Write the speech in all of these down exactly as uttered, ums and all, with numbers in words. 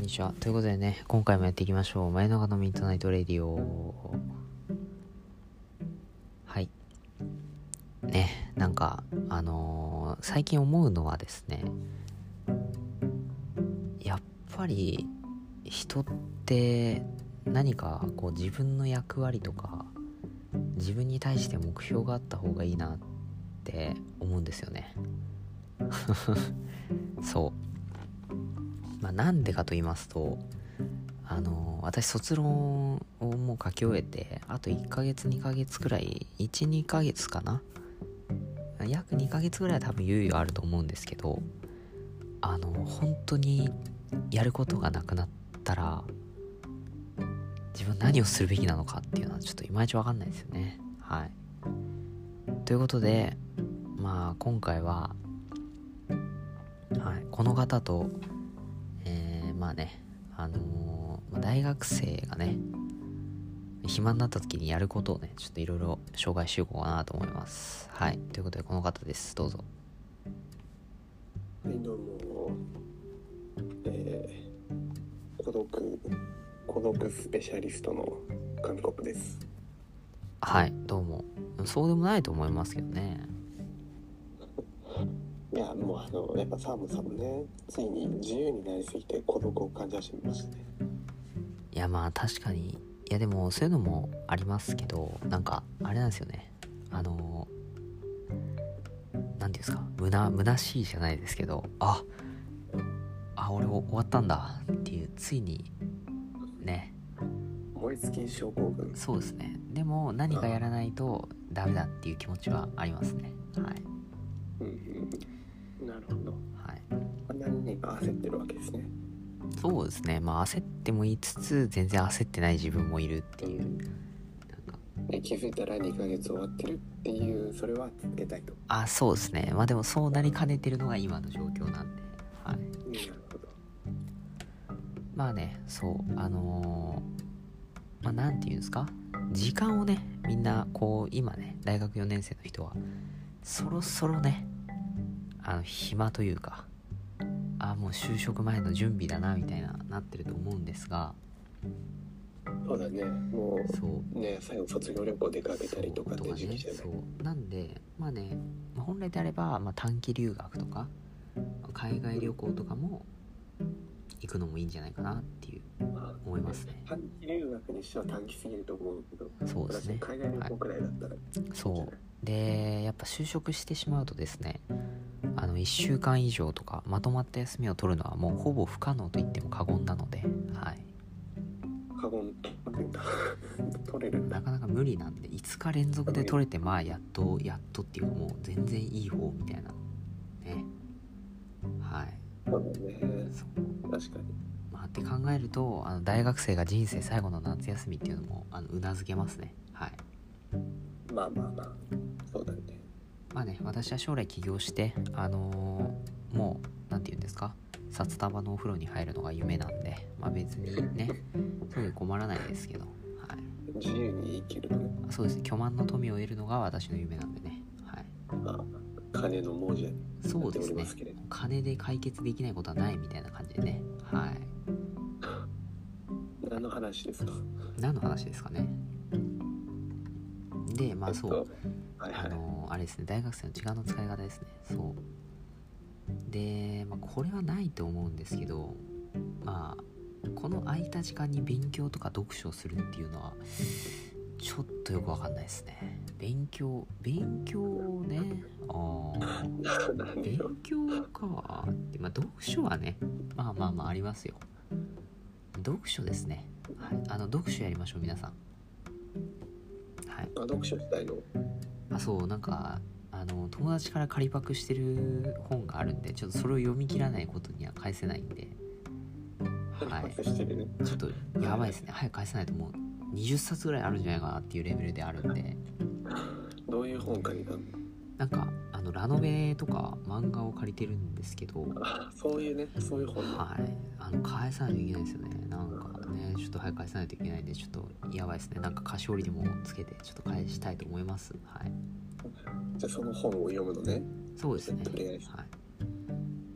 にちは。ということでね、今回もやっていきましょう。前の中のミッドナイトレディオ。はい。ね、なんか、あのー、最近思うのはですね、やっぱり人って何かこう自分の役割とか、自分に対して目標があった方がいいなって思うんですよね。そう。まあ、なんでかと言いますと、あの私卒論をもう書き終えてあといっかげつにかげつくらい いち,に ヶ月かな約にかげつぐらいは多分猶予あると思うんですけど、あの本当にやることがなくなったら自分何をするべきなのかっていうのはちょっといまいち分かんないですよね。はいということで、まあ今回は、はい、この方と、えー、まあねあのー、大学生がね暇になった時にやることをねちょっといろいろ紹介していこうかなと思います。はいということでこの方です。どうぞ。 はいどうも、えー、孤独孤独スペシャリストの紙コップです。 はいどうも。そうでもないと思いますけどね。 いやもうあのやっぱサーモンさんもねついに自由になりすぎて孤独を感じ始めましたね。 いやまあ確かに、いやでもそういうのもありますけど、なんかあれなんですよね、あのなんていうんですか、むな虚しいじゃないですけど、ああ俺終わったんだっていう、ついにね、 燃え尽き症候群。 そうですね。でも何かやらないとダメだっていう気持ちはありますね。はい。 うんうん、なるほど。 はい。 何か焦ってるわけですね。 そうですね。まあ焦っても言いつつ全然焦ってない自分もいるっていう。なんかね、気づいたらにかげつ終わってるっていう、それは続けたいと。 あ、そうですね。まあでもそうなりかねてるのが今の状況なんで。はい。 なるほど。 まあね、そうあのー、まあなんていうんですか。時間をね、みんなこう今ね大学よねん生の人はそろそろね、あの暇というか。あもう就職前の準備だなみたいななってると思うんですが、 そうだね、もうそうね最後卒業旅行出かけたりとかって時期じゃない。 そう、ね、そうなんでまあね、まあ、本来であれば、まあ、短期留学とか海外旅行とかも行くのもいいんじゃないかなっていう思いますね。 短期留学にしては短期すぎると思うけど、 そうですね、 海外旅行くらいだったら、はい、 そうでやっぱ就職してしまうとですね、あのいっしゅうかん以上とかまとまった休みを取るのはもうほぼ不可能と言っても過言なので、はい、 過言取れるんだ。 なかなか無理なんで、いつか連続で取れてまあやっとやっとっていうかもう全然いい方みたいなね。はい。 そうだね。そう確かに。 まあって考えると、あの大学生が人生最後の夏休みっていうのもあのうなずけますね。はい。 まあまあまあそうだね。まあね私は将来起業してあのー、もうなんていうんですか、札束のお風呂に入るのが夢なんで、まあ別にねそういう困らないですけど、はい、 自由に生きる、ね、 そうですね。巨万の富を得るのが私の夢なんでね。はい。 まあ金の亡者になっておりますけれど、 そうですね。金で解決できないことはないみたいな感じでね。はい。 何の話ですか？ 何の話ですかね。でまあそう、えっとはいはい、あのー、あれですね、大学生の時間の使い方ですね。そうで、まあ、これはないと思うんですけど、まあこの空いた時間に勉強とか読書をするっていうのはちょっとよくわかんないですね。勉強勉強ね、あ勉強かって、まあ読書はね、まあまあまあありますよ。読書ですね。はい、あの読書やりましょう皆さん。はい。 あ、読書したいの？ あ、そうなんかあの友達から借りパクしてる本があるんで、ちょっとそれを読み切らないことには返せないんで、はい、ちょっとやばいですね。早く返せないともうにじゅっさつぐらいあるんじゃないかなっていうレベルであるんで。 どういう本借りたの？ なんかあのラノベとか漫画を借りてるんですけど、 あ、そういうね、そういう本、ね、 はい、あの返さないといけないですよね。なんかね、ちょっと早く返さないといけないんで、ちょっとやばいですね。なんか菓子折りでもつけてちょっと返したいと思います。はい。 じゃあその本を読むのね。 そうですね。 とりあえず。 はい。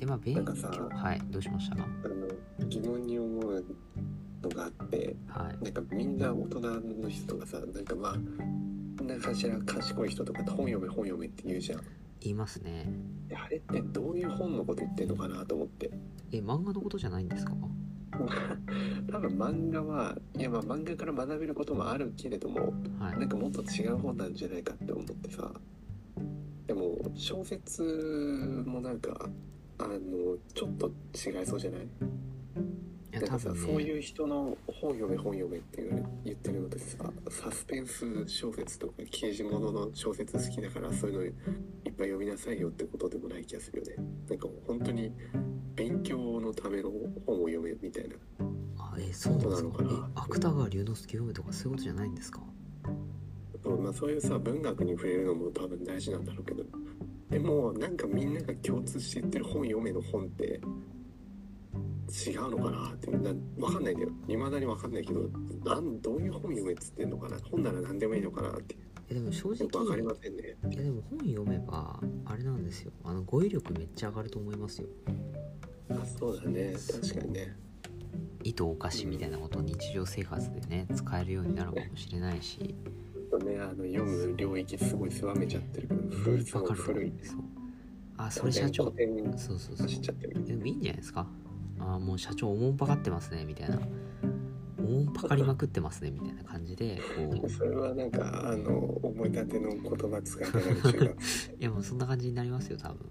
でまあ勉強なんかさはいどうしましたか？ あの疑問に思うのがあって、 はい。 なんかみんな大人の人がさ、なんかまあ何かしら賢い人とか本読め本読めって言うじゃん。 言いますね。 であれってどういう本のこと言ってんのかなと思って。 え漫画のことじゃないんですか？ 多分漫画はいやまあ漫画から学べることもあるけれども、 はいなんかもっと違う本なんじゃないかって思ってさ。でも小説もなんかあのちょっと違いそうじゃない？ いやなんかさ、 多分ねそういう人の本読め本読めって言われ言ってるのでさ、サスペンス小説とか刑事物の小説好きだからそういうのいっぱい読みなさいよってことでもない気がするよね。なんか本当に勉強のための本を読めみたいな。 あえそうなんですか？ ことなのかなえ芥川龍之介読むとかそういうことじゃないんですか？ そう、まあ、そういうさ文学に触れるのも多分大事なんだろうけど、でもなんかみんなが共通して言ってる本読めの本って違うのかなってな分かんないんだよ。未だに分かんないけど、なんどういう本読めっつってんのかな。本なら何でもいいのかなってえでも正直よく分かりませんね。 いやでも本読めばあれなんですよ、あの語彙力めっちゃ上がると思いますよ。 あ、そうだね、確かにね。 糸おかしみたいなことを日常生活でね使えるようになるかもしれないし、 ちょっとね、あの読む領域すごい狭めちゃってるけど、古いわかる古いそうあそれ社長古典にそうそうそう走っちゃってる。 でもいいんじゃないですか。あもう社長おもんぱかってますねみたいな、おもんぱかりまくってますねみたいな感じでこうそれはなんかあの思い立ての言葉使い方が違う。 いやもうそんな感じになりますよ多分。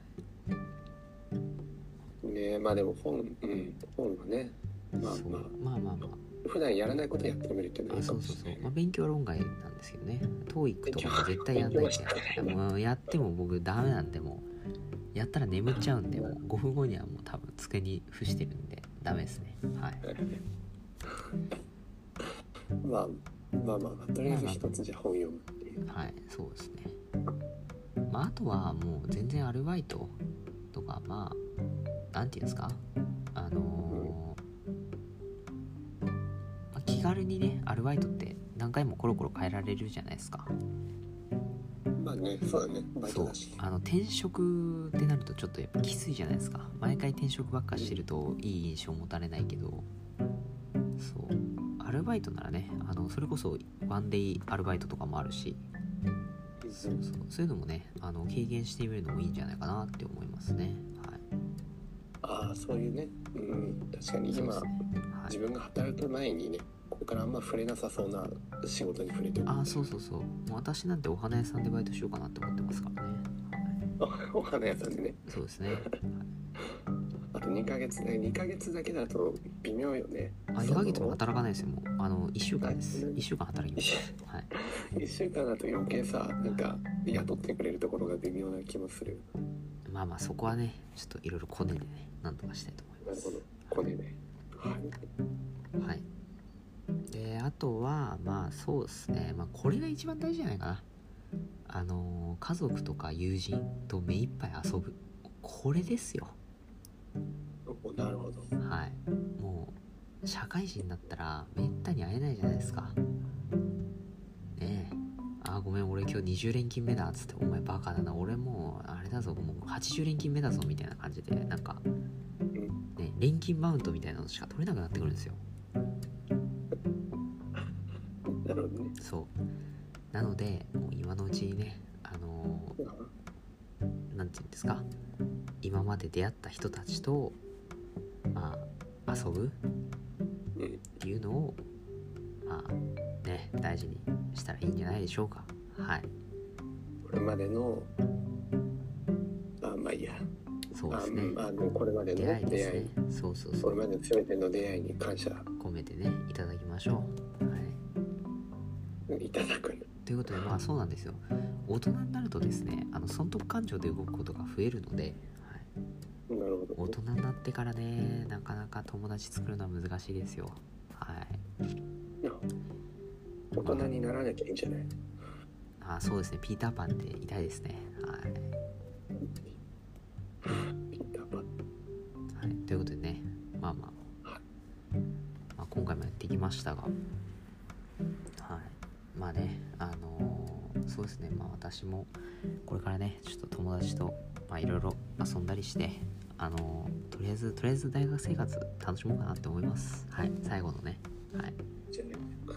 はいね、まあでも本、うん、本はね、まあそうまあまあまあまあ普段やらないことやってみるっていうのはいいかあそうそうそう、 もしれないね。 まあ、勉強は論外なんですけどね。トーイックとかも絶対やんないんで、もうやっても僕ダメなんで、もうやったら眠っちゃうんで、もうごふんごにはもう多分机に伏してるんでダメですね。はいまあまあまあとりあえず一つじゃ本読むっていう。 はいそうですね。まああとはもう全然アルバイトとか、まあなんていうんですか、あのーまあ、気軽にねアルバイトって何回もコロコロ変えられるじゃないですか。 まあね、そうだね、バイトだし。 あの転職ってなるとちょっとやっぱきついじゃないですか。毎回転職ばっかしてるといい印象持たれないけど、そうアルバイトならね、あのそれこそワンデイアルバイトとかもあるし、そうそうそういうのもね、あの経験してみるのもいいんじゃないかなって思いますね。はい。 ああ、そういうね、うん、確かに今、 そうですねはい、 自分が働く前にね、ここからあんま触れなさそうな仕事に触れてる。 ああそうそうそう、もう私なんてお花屋さんでバイトしようかなって思ってますからね。 お花屋さんでね。 そうですね。 あとにかげつね、にかげつだけだと微妙よね。 あにかげつも働かないですよ。もうあのいっしゅうかんです。いっしゅうかん働きますはい。 いっしゅうかんだと余計さ、なんか雇ってくれるところが微妙な気もする。 まあまあそこはねちょっといろいろコネでねなんとかしたいと思います。 なるほど、これね。はい。 はい。であとはまあそうですね、まあこれが一番大事じゃないかな。あの家族とか友人と目いっぱい遊ぶ、これですよ。 なるほど。 はい。もう社会人だったらめったに会えないじゃないですか。ねえ、あごめん俺今日にじゅう連勤目だっつって、お前バカだな、俺もうあれだぞ、もうはちじゅう連勤目だぞみたいな感じで、なんかね連勤マウントみたいなのしか取れなくなってくるんですよ。 なるほどね。 そうなのでもう今のうちにね、あのー、なんていうんですか、今まで出会った人たちとまあ遊ぶっていうのをまあね大事にしたらいいんじゃないでしょうか。はい。 これまでのあまあいいや。 そうですね。 ああのこれまでの出会いです出会いね。そうそうそう。 これまでの全ての出会いに感謝込めてねいただきましょう。はい。 いただく。 ということでまあそうなんですよ。大人になるとですね、あの損得感情で動くことが増えるので、はい、 なるほど。 大人になってからねなかなか友達作るのは難しいですよ。はい。 大人にならなきゃいいんじゃない？ あそうですね、ピーターパンでいたいですね。はい。 ピーターパン。 はい、ということでね、まあまあ、まあ、今回もやってきましたが、はい、まあね、あのー、そうですね、まあ私もこれからね、ちょっと友達とまあいろいろ遊んだりして、 あのとりあえずとりあえず大学生活楽しもうかなって思います。はい、最後のね。はい。 じゃないか。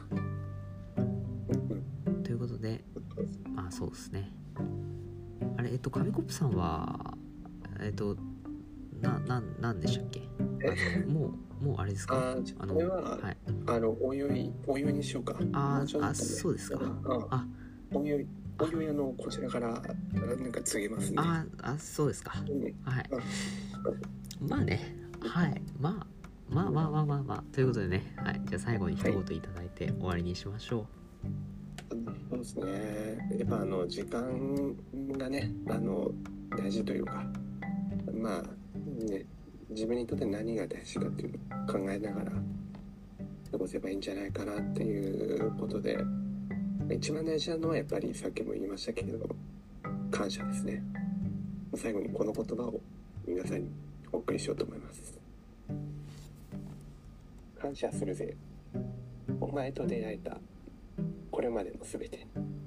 ということで、まあそうですね。あれ、えっと紙コップさんはえっとなななんでしたっけ？あのもうもうあれですか？ ああ、これは、はい、あのお湯いお湯にしようか。 あー、 ね、 あ、そうですか。 あ、お湯お湯あのこちらからなんか告げますね。 ああ、そうですか。はい。まあね、はい、まあまあまあまあまあまあということでね、はい、じゃあ最後に一言いただいて終わりにしましょう。はい、 そうですね。やっぱあの時間がね、あの大事というか、まあね、自分にとって何が大事かっていうのを考えながら過ごせばいいんじゃないかなっていうことで、一番大事なのはやっぱりさっきも言いましたけれど、感謝ですね。最後にこの言葉を皆さんにお送りしようと思います。感謝するぜ。お前と出会えたこれまでのすべて。